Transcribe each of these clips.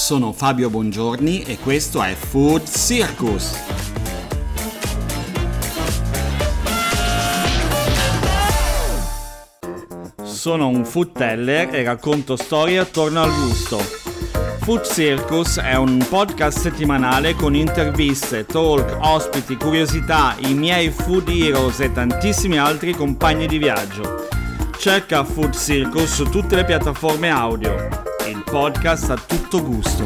sono Fabio Bongiorni e questo è Food Circus. Sono un food teller e racconto storie attorno al gusto. Food Circus è un podcast settimanale con interviste, talk, ospiti, curiosità, i miei food heroes e tantissimi altri compagni di viaggio. Cerca Food Circus su tutte le piattaforme audio. Il podcast a tutto gusto.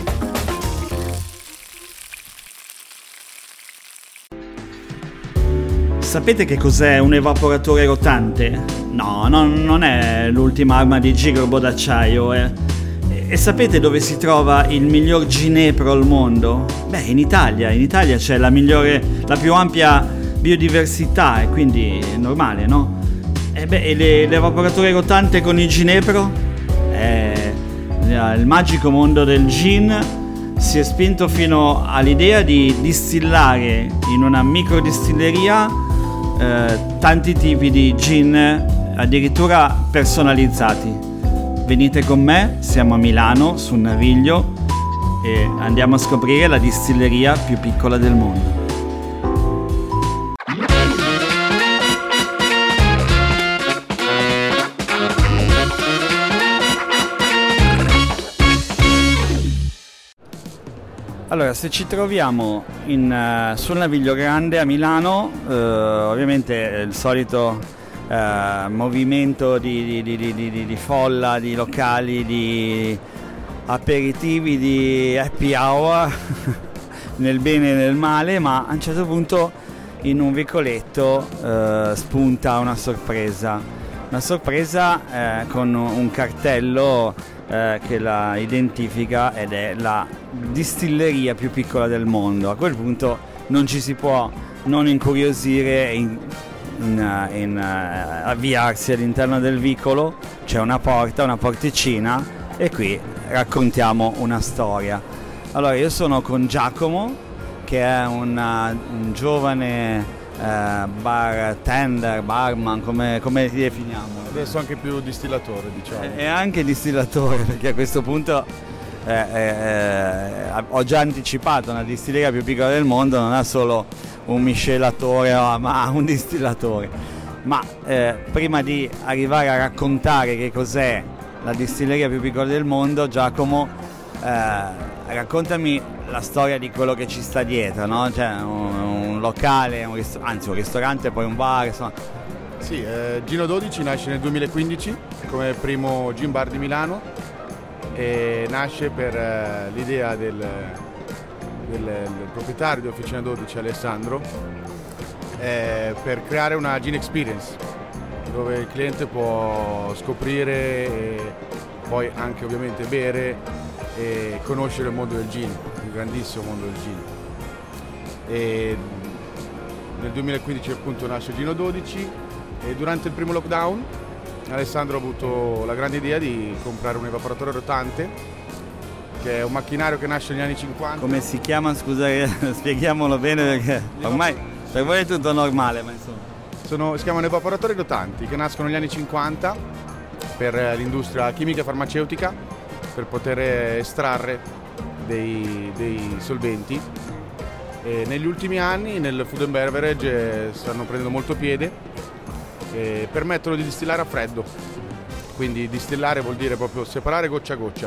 Sapete che cos'è un evaporatore rotante? No, non è l'ultima arma di Gigrobo d'acciaio. E sapete dove si trova il miglior ginepro al mondo? Beh, in Italia c'è la più ampia biodiversità e quindi è normale, no? E l'evaporatore rotante con il ginepro? Il magico mondo del gin si è spinto fino all'idea di distillare in una microdistilleria tanti tipi di gin addirittura personalizzati. Venite con me, siamo a Milano, sul Naviglio, e andiamo a scoprire la distilleria più piccola del mondo. Allora, se ci troviamo sul Naviglio Grande a Milano, ovviamente il solito movimento di folla, di locali, di aperitivi, di happy hour, nel bene e nel male, ma a un certo punto in un vicoletto spunta una sorpresa con un cartello che la identifica ed è la distilleria più piccola del mondo. A quel punto non ci si può non incuriosire in avviarsi all'interno del vicolo. C'è una porticina e qui raccontiamo una storia. Allora, io sono con Giacomo, che è un giovane barman, come ti definiamo? Adesso anche più distillatore, diciamo. È anche distillatore, perché a questo punto ho già anticipato, una distilleria più piccola del mondo non ha solo un miscelatore, ma un distillatore. Ma prima di arrivare a raccontare che cos'è la distilleria più piccola del mondo, Giacomo, raccontami la storia di quello che ci sta dietro, no? Cioè un locale, un ristorante, poi un bar, insomma. Sì, Gino 12 nasce nel 2015 come primo gin bar di Milano e nasce per l'idea del proprietario di Officina 12, Alessandro, per creare una gin experience dove il cliente può scoprire e poi anche ovviamente bere e conoscere il mondo del gin, il grandissimo mondo del gin. E nel 2015 appunto nasce Gino 12 e durante il primo lockdown Alessandro ha avuto la grande idea di comprare un evaporatore rotante, che è un macchinario che nasce negli anni 50. Come si chiama? Scusa, spieghiamolo bene, perché ormai per voi è tutto normale, ma insomma. Si chiamano evaporatori rotanti, che nascono negli anni 50 per l'industria chimica e farmaceutica, per poter estrarre dei solventi. E negli ultimi anni nel food and beverage stanno prendendo molto piede e permettono di distillare a freddo. Quindi distillare vuol dire proprio separare goccia a goccia,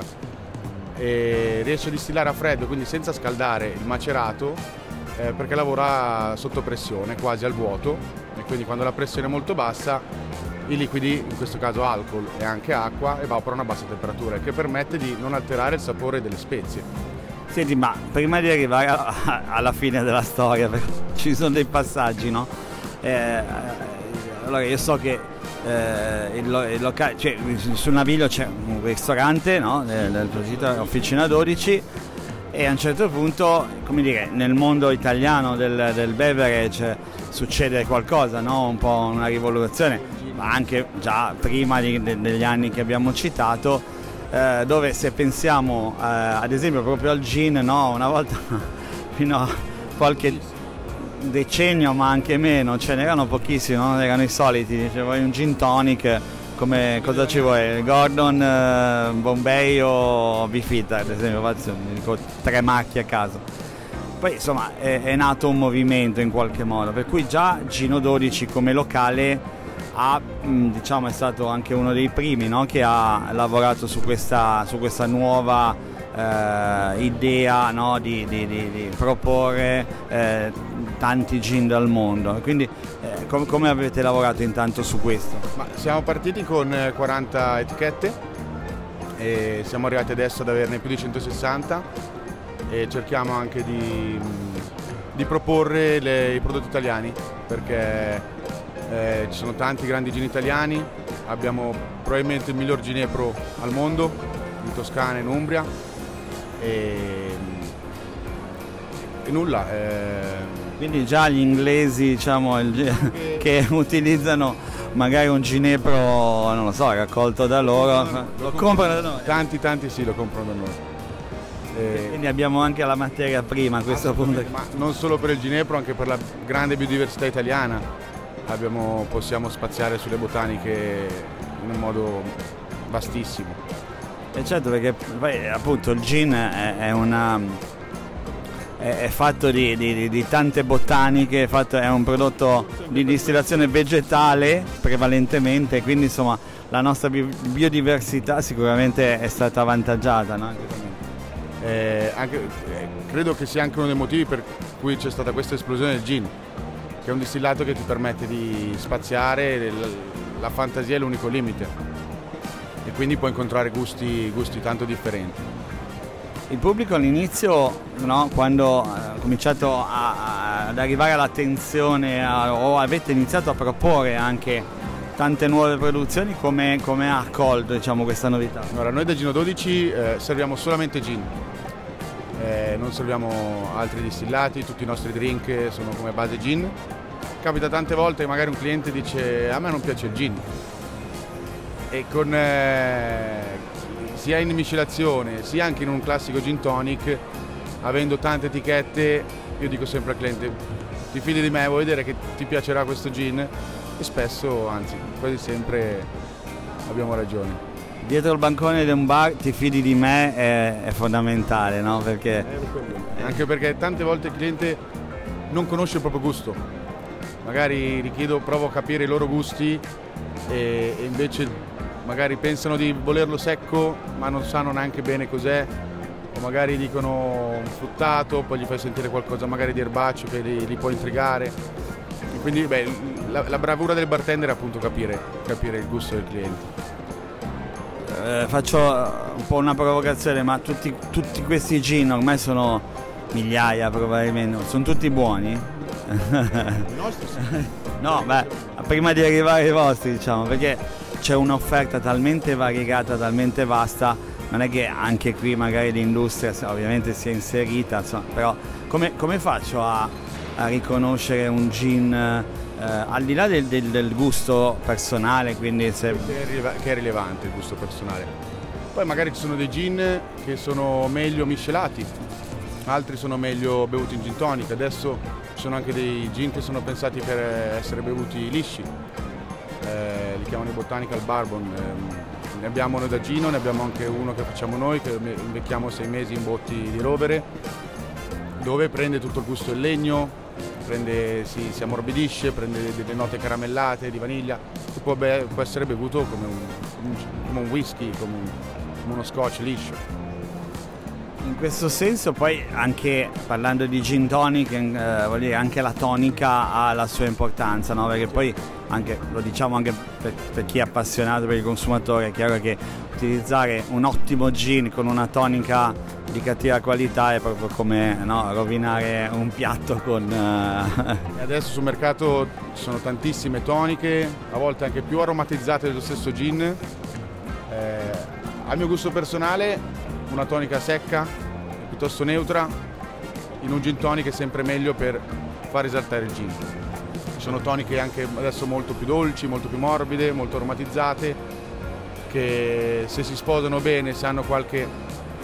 e riesce a distillare a freddo, quindi senza scaldare il macerato, perché lavora sotto pressione, quasi al vuoto, e quindi quando la pressione è molto bassa i liquidi, in questo caso alcol e anche acqua, evaporano a bassa temperatura, che permette di non alterare il sapore delle spezie. Senti, ma prima di arrivare alla fine della storia, perché ci sono dei passaggi, no? Allora, io so che il locale, cioè, sul Naviglio c'è un ristorante, no? Del Officina 12, e a un certo punto, come dire, nel mondo italiano del beverage succede qualcosa, no? Un po' una rivoluzione, ma anche già prima degli anni che abbiamo citato, dove se pensiamo ad esempio proprio al gin, no? Una volta fino a qualche decennio, ma anche meno, ce n'erano pochissimi, non erano i soliti, dicevo un gin tonic cosa ci vuoi? Gordon, Bombay o Bifita, ad esempio, mi dico 3 marchi a caso. Poi insomma è nato un movimento in qualche modo, per cui già Gino 12 come locale diciamo, è stato anche uno dei primi, no? Che ha lavorato su questa nuova idea, no? di proporre tanti gin dal mondo. Quindi come avete lavorato intanto su questo? Ma siamo partiti con 40 etichette e siamo arrivati adesso ad averne più di 160 e cerchiamo anche di proporre i prodotti italiani, perché ci sono tanti grandi gin italiani, abbiamo probabilmente il miglior ginepro al mondo in Toscana e in Umbria e nulla. Quindi già gli inglesi, diciamo, che utilizzano magari un ginepro, non lo so, raccolto da loro, lo comprano da noi. Tanti sì, lo comprano da noi. Quindi abbiamo anche la materia prima a questo punto. Ma non solo per il ginepro, anche per la grande biodiversità italiana possiamo spaziare sulle botaniche in un modo vastissimo. E certo, perché poi appunto il gin è fatto di tante botaniche, è un prodotto di distillazione vegetale prevalentemente, quindi insomma la nostra biodiversità sicuramente è stata avvantaggiata, no? Credo che sia anche uno dei motivi per cui c'è stata questa esplosione del gin, che è un distillato che ti permette di spaziare, la fantasia è l'unico limite e quindi puoi incontrare gusti tanto differenti. Il pubblico all'inizio, no, quando ha cominciato ad arrivare all'attenzione o avete iniziato a proporre anche tante nuove produzioni, come ha accolto, diciamo, questa novità? Allora, noi da Gino 12 serviamo solamente gin, non serviamo altri distillati, tutti i nostri drink sono come base gin. Capita tante volte che magari un cliente dice a me non piace il gin e con sia in miscelazione sia anche in un classico gin tonic, avendo tante etichette, io dico sempre al cliente ti fidi di me, vuoi vedere che ti piacerà questo gin? E spesso, anzi quasi sempre abbiamo ragione. Dietro il bancone di un bar ti fidi di me è fondamentale, no? Perché anche perché tante volte il cliente non conosce il proprio gusto, magari provo a capire i loro gusti e invece magari pensano di volerlo secco ma non sanno neanche bene cos'è, o magari dicono un fruttato, poi gli fai sentire qualcosa magari di erbaceo che li può intrigare. E quindi la bravura del bartender è appunto capire il gusto del cliente. Faccio un po' una provocazione, ma tutti questi gin ormai sono migliaia probabilmente, sono tutti buoni? I nostri sì. No, prima di arrivare ai vostri, diciamo, perché c'è un'offerta talmente variegata, talmente vasta, non è che anche qui magari l'industria ovviamente si è inserita, insomma, però come faccio a riconoscere un gin al di là del gusto personale, quindi che è rilevante il gusto personale. Poi magari ci sono dei gin che sono meglio miscelati, altri sono meglio bevuti in gin tonic, adesso ci sono anche dei gin che sono pensati per essere bevuti lisci, li chiamano i Botanical Bourbon. Ne abbiamo noi da Gino, ne abbiamo anche uno che facciamo noi, che invecchiamo 6 mesi in botti di rovere, dove prende tutto il gusto del legno, si ammorbidisce, prende delle note caramellate di vaniglia, che può essere bevuto come un whisky, come uno scotch liscio. In questo senso poi anche parlando di gin tonic, vuol dire anche la tonica ha la sua importanza, no? Perché poi anche, lo diciamo anche per chi è appassionato, per il consumatore, è chiaro che utilizzare un ottimo gin con una tonica di cattiva qualità è proprio come, no, rovinare un piatto con... E adesso sul mercato ci sono tantissime toniche, a volte anche più aromatizzate dello stesso gin. Al mio gusto personale una tonica secca, piuttosto neutra, in un gin tonic è sempre meglio per far risaltare il gin. Ci sono toniche anche adesso molto più dolci, molto più morbide, molto aromatizzate, che se si sposano bene, se hanno qualche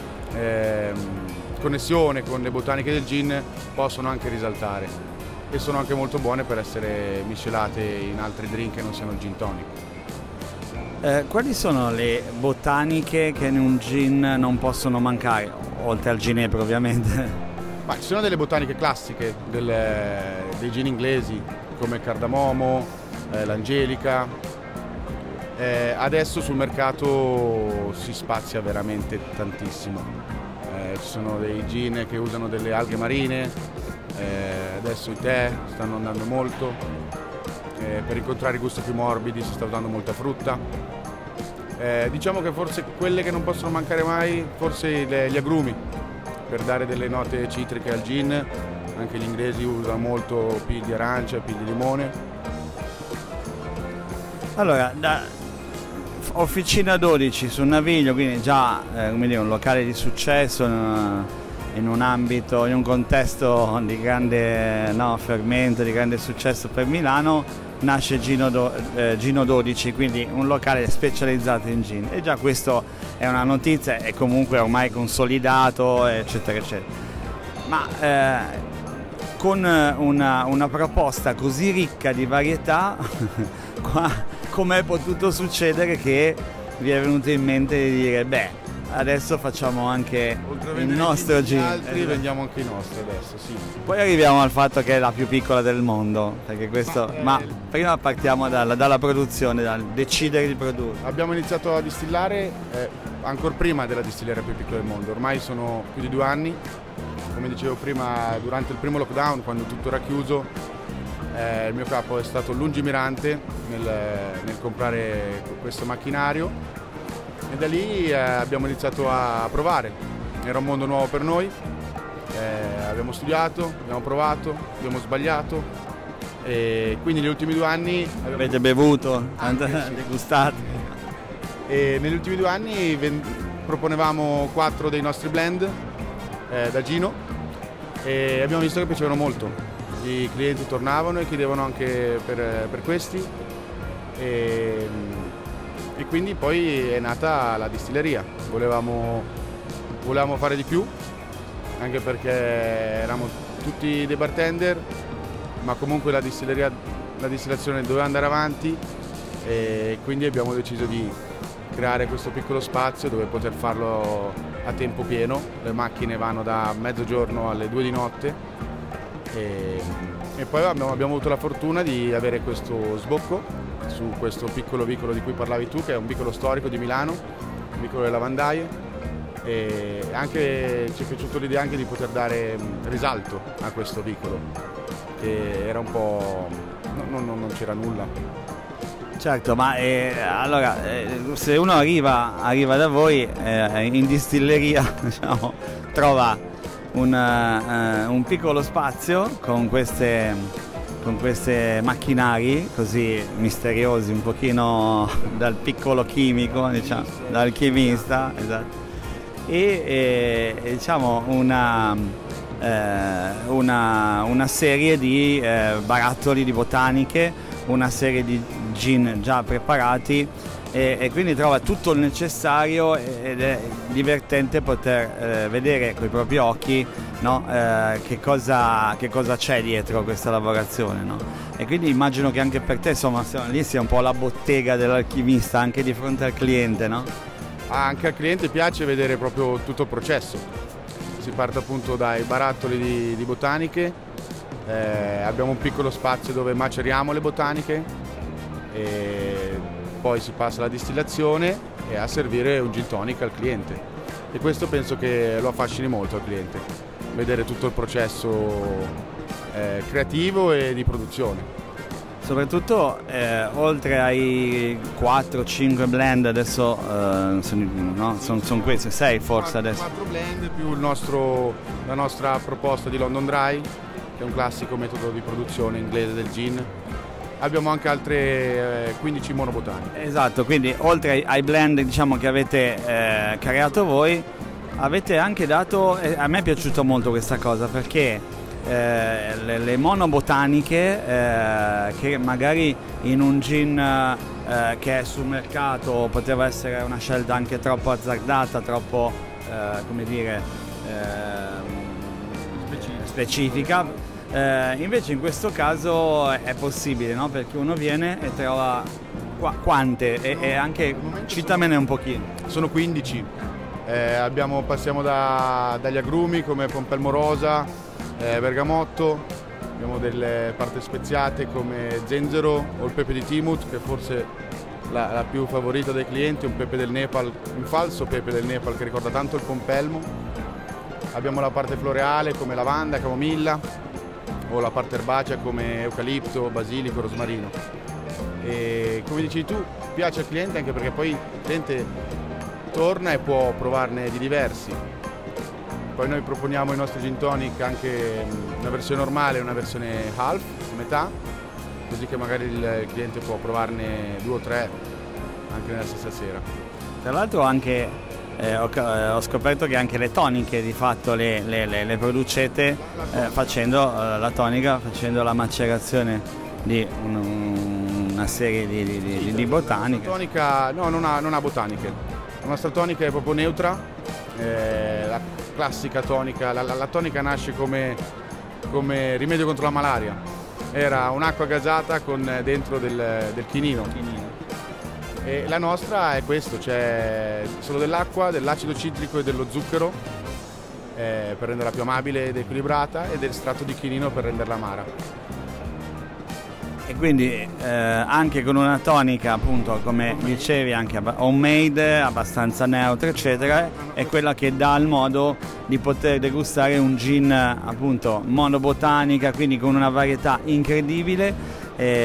connessione con le botaniche del gin, possono anche risaltare e sono anche molto buone per essere miscelate in altri drink che non siano il gin tonic. Quali sono le botaniche che in un gin non possono mancare, oltre al ginepro ovviamente? Ma ci sono delle botaniche classiche dei gin inglesi, come il cardamomo, l'angelica. Adesso sul mercato si spazia veramente tantissimo. Ci sono dei gin che usano delle alghe marine, adesso i tè stanno andando molto. Per incontrare i gusti più morbidi si sta usando molta frutta. Diciamo che forse quelle che non possono mancare mai, forse gli agrumi, per dare delle note citriche al gin. Anche gli inglesi usano molto peel di arancia, peel di limone. Allora, da Officina 12 su Naviglio, quindi già un locale di successo in un ambito, in un contesto di grande fermento, di grande successo per Milano, nasce Gino 12, quindi un locale specializzato in gin, e già questo è una notizia, è comunque ormai consolidato, eccetera eccetera. Ma con una proposta così ricca di varietà qua, com'è potuto succedere che vi è venuto in mente di dire adesso facciamo anche il nostro gin? Altri vendiamo anche i nostri adesso, sì. Poi arriviamo al fatto che è la più piccola del mondo, perché questo. Ma prima partiamo dalla produzione, dal decidere di produrre. Abbiamo iniziato a distillare ancora prima della distilleria più piccola del mondo, ormai sono più di 2 anni. Come dicevo prima, durante il primo lockdown, quando tutto era chiuso, il mio capo è stato lungimirante nel comprare questo macchinario. E da lì abbiamo iniziato a provare, era un mondo nuovo per noi, abbiamo studiato, abbiamo provato, abbiamo sbagliato, e quindi negli ultimi 2 anni... Avete bevuto, degustato? E negli ultimi 2 anni proponevamo 4 dei nostri blend da Gino, e abbiamo visto che piacevano molto, i clienti tornavano e chiedevano anche per questi. E quindi poi è nata la distilleria. Volevamo fare di più, anche perché eravamo tutti dei bartender, ma comunque la distillazione doveva andare avanti, e quindi abbiamo deciso di creare questo piccolo spazio dove poter farlo a tempo pieno. Le macchine vanno da mezzogiorno alle 2 di notte, e poi abbiamo avuto la fortuna di avere questo sbocco su questo piccolo vicolo di cui parlavi tu, che è un vicolo storico di Milano, il vicolo delle Lavandaie, e anche ci è piaciuta l'idea anche di poter dare risalto a questo vicolo, che era un po'... non c'era nulla. Certo, ma allora se uno arriva da voi in distilleria, diciamo, trova un piccolo spazio con questi macchinari così misteriosi, un pochino dal piccolo chimico, diciamo, dal chimista, esatto, e diciamo una serie di barattoli di botaniche, una serie di gin già preparati, e quindi trova tutto il necessario, ed è divertente poter vedere coi propri occhi, no? Che cosa c'è dietro questa lavorazione, no? E quindi immagino che anche per te, insomma, lì sia un po' la bottega dell'alchimista, anche di fronte al cliente, no? Anche al cliente piace vedere proprio tutto il processo. Si parte appunto dai barattoli di botaniche, abbiamo un piccolo spazio dove maceriamo le botaniche, e poi si passa alla distillazione e a servire un gin tonic al cliente, e questo penso che lo affascini molto al cliente, vedere tutto il processo creativo e di produzione. Soprattutto oltre ai 4-5 blend adesso, sono questi 6 forse adesso. 4 blend più la nostra proposta di London Dry, che è un classico metodo di produzione inglese del gin. Abbiamo anche altre 15 monobotaniche. Esatto, quindi oltre ai blend, diciamo, che avete creato voi, avete anche dato, a me è piaciuta molto questa cosa, perché le monobotaniche che magari in un gin che è sul mercato poteva essere una scelta anche troppo azzardata, troppo specifica. Invece in questo caso è possibile, no? Perché uno viene e trova Quante? E anche citamene un pochino. Sono 15. Passiamo dagli agrumi come pompelmo rosa, bergamotto, abbiamo delle parti speziate come zenzero o il pepe di Timut, che forse la più favorita dai clienti, un pepe del Nepal, un falso pepe del Nepal che ricorda tanto il pompelmo. Abbiamo la parte floreale come lavanda, camomilla, o la parte erbacea come eucalipto, basilico, rosmarino. E come dici tu, piace al cliente anche perché poi il cliente torna e può provarne di diversi. Poi noi proponiamo i nostri gin tonic anche una versione normale e una versione half, metà, così che magari il cliente può provarne 2 o 3 anche nella stessa sera. Tra l'altro anche ho scoperto che anche le toniche di fatto le producete facendo la tonica, facendo la macerazione di una serie di botaniche. La tonica non ha botaniche, la nostra tonica è proprio neutra, la classica tonica, la tonica nasce come rimedio contro la malaria, era un'acqua gasata con dentro del chinino. E la nostra è questo, c'è solo dell'acqua, dell'acido citrico e dello zucchero per renderla più amabile ed equilibrata, e dell'estratto di chinino per renderla amara. E quindi anche con una tonica, appunto, come dicevi, anche homemade, abbastanza neutra, eccetera, è quella che dà il modo di poter degustare un gin, appunto, monobotanica, quindi con una varietà incredibile.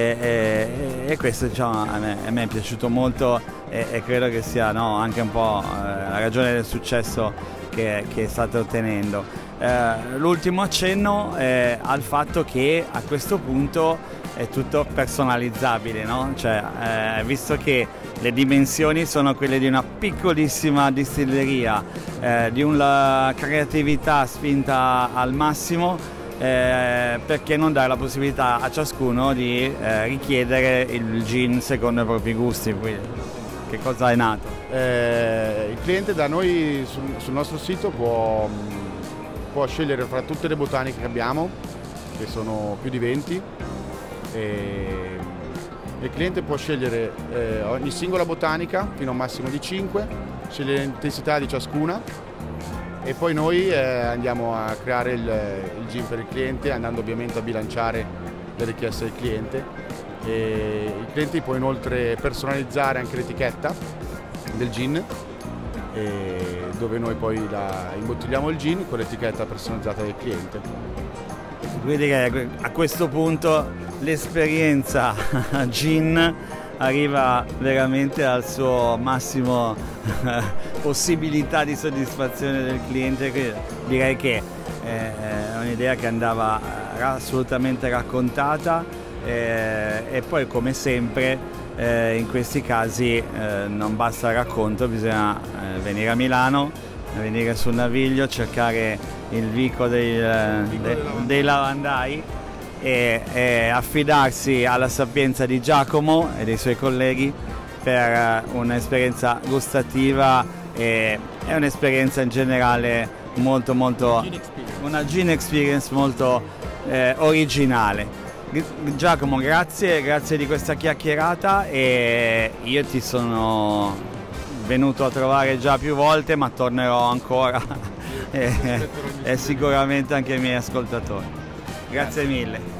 E questo, diciamo, a me è piaciuto molto e credo che sia, no, anche un po' la ragione del successo che state ottenendo. L'ultimo accenno è al fatto che a questo punto è tutto personalizzabile, no? Cioè, visto che le dimensioni sono quelle di una piccolissima distilleria, di una creatività spinta al massimo, perché non dare la possibilità a ciascuno di richiedere il gin secondo i propri gusti? Quindi, che cosa è nato? Il cliente da noi sul nostro sito può scegliere fra tutte le botaniche che abbiamo, che sono più di 20, e il cliente può scegliere ogni singola botanica fino a un massimo di 5, scegliere l'intensità di ciascuna, e poi noi andiamo a creare il gin per il cliente, andando ovviamente a bilanciare le richieste del cliente. E il cliente può inoltre personalizzare anche l'etichetta del gin, dove noi poi imbottigliamo il gin con l'etichetta personalizzata del cliente. Quindi che a questo punto l'esperienza gin arriva veramente al suo massimo possibilità di soddisfazione del cliente. Quindi direi che è un'idea che andava assolutamente raccontata, e poi, come sempre, in questi casi non basta il racconto, bisogna venire a Milano, venire sul Naviglio, cercare il vico dei lavandai e affidarsi alla sapienza di Giacomo e dei suoi colleghi per un'esperienza gustativa e un'esperienza in generale molto una gin experience molto originale. Giacomo, grazie di questa chiacchierata, e io ti sono venuto a trovare già più volte, ma tornerò ancora e sicuramente anche i miei ascoltatori. Grazie mille.